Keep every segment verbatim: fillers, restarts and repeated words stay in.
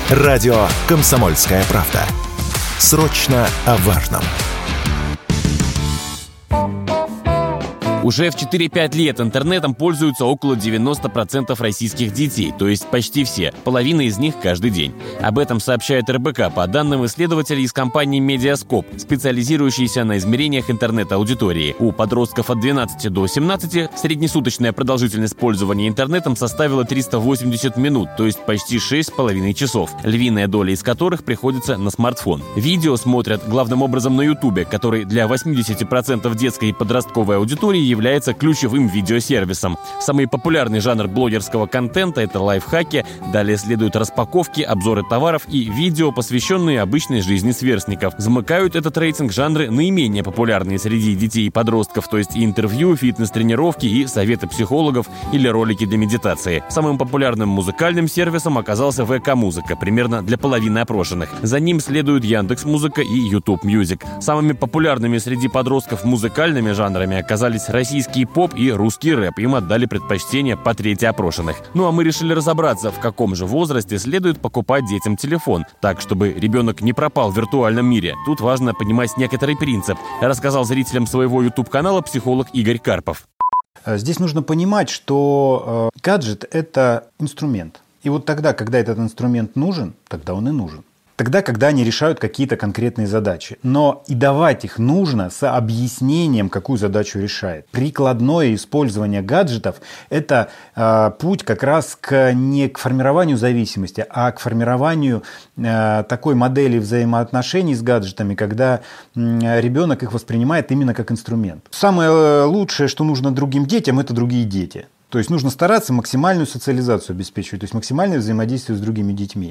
Радио «Комсомольская правда». Срочно о важном. Уже в четыре-пять лет интернетом пользуются около девяносто процентов российских детей, то есть почти все, половина из них каждый день. Об этом сообщает эр бэ ка по данным исследователей из компании Медиаскоп, специализирующейся на измерениях интернет-аудитории. У подростков от двенадцати до семнадцати среднесуточная продолжительность пользования интернетом составила триста восемьдесят минут, то есть почти шесть с половиной часов, львиная доля из которых приходится на смартфон. Видео смотрят главным образом на Ютубе, который для восьмидесяти процентов детской и подростковой аудитории является ключевым видеосервисом. Самый популярный жанр блогерского контента – это лайфхаки, далее следуют распаковки, обзоры товаров и видео, посвященные обычной жизни сверстников. Замыкают этот рейтинг жанры наименее популярные среди детей и подростков, то есть и интервью, фитнес-тренировки и советы психологов или ролики для медитации. Самым популярным музыкальным сервисом оказался вэ ка-музыка, примерно для половины опрошенных. За ним следуют Яндекс.Музыка и Ютуб Мьюзик. Самыми популярными среди подростков музыкальными жанрами оказались российский поп и русский рэп. Им отдали предпочтение по трети опрошенных. Ну а мы решили разобраться, в каком же возрасте следует покупать детям телефон, так, чтобы ребенок не пропал в виртуальном мире. Тут важно понимать некоторый принцип, рассказал зрителям своего YouTube-канала психолог Игорь Карпов. Здесь нужно понимать, что э, гаджет – это инструмент. И вот тогда, когда этот инструмент нужен, тогда он и нужен. Тогда, когда они решают какие-то конкретные задачи. Но и давать их нужно с объяснением, какую задачу решает. Прикладное использование гаджетов – это э, путь как раз к, не к формированию зависимости, а к формированию э, такой модели взаимоотношений с гаджетами, когда э, ребенок их воспринимает именно как инструмент. Самое лучшее, что нужно другим детям – это другие дети. То есть нужно стараться максимальную социализацию обеспечивать, то есть максимальное взаимодействие с другими детьми.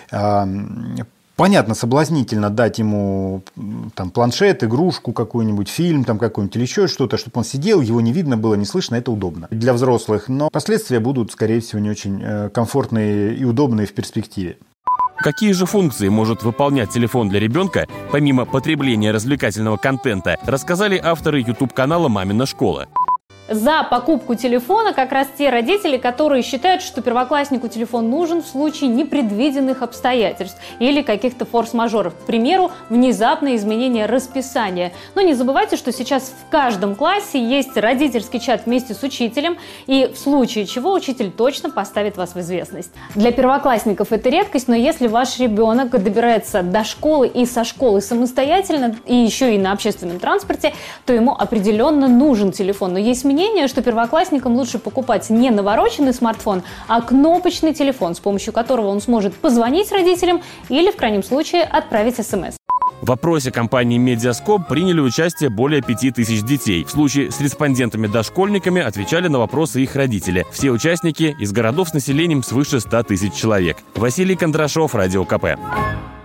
Понятно, соблазнительно дать ему там, планшет, игрушку какую-нибудь, фильм там, какой-нибудь или еще что-то, чтобы он сидел, его не видно было, не слышно, это удобно для взрослых. Но последствия будут, скорее всего, не очень комфортные и удобные в перспективе. Какие же функции может выполнять телефон для ребенка, помимо потребления развлекательного контента, рассказали авторы YouTube-канала «Мамина школа». За покупку телефона как раз те родители, которые считают, что первокласснику телефон нужен в случае непредвиденных обстоятельств или каких-то форс-мажоров. К примеру, внезапное изменение расписания. Но не забывайте, что сейчас в каждом классе есть родительский чат вместе с учителем, и в случае чего учитель точно поставит вас в известность. Для первоклассников это редкость, но если ваш ребенок добирается до школы и со школы самостоятельно, и еще и на общественном транспорте, то ему определенно нужен телефон. Но есть мнение, что первоклассникам лучше покупать не навороченный смартфон, а кнопочный телефон, с помощью которого он сможет позвонить родителям или, в крайнем случае, отправить смс. В опросе компании Медиаскоп приняли участие более пяти тысяч детей. В случае с респондентами-дошкольниками отвечали на вопросы их родители. Все участники из городов с населением свыше ста тысяч человек. Василий Кондрашов, Радио ка пэ.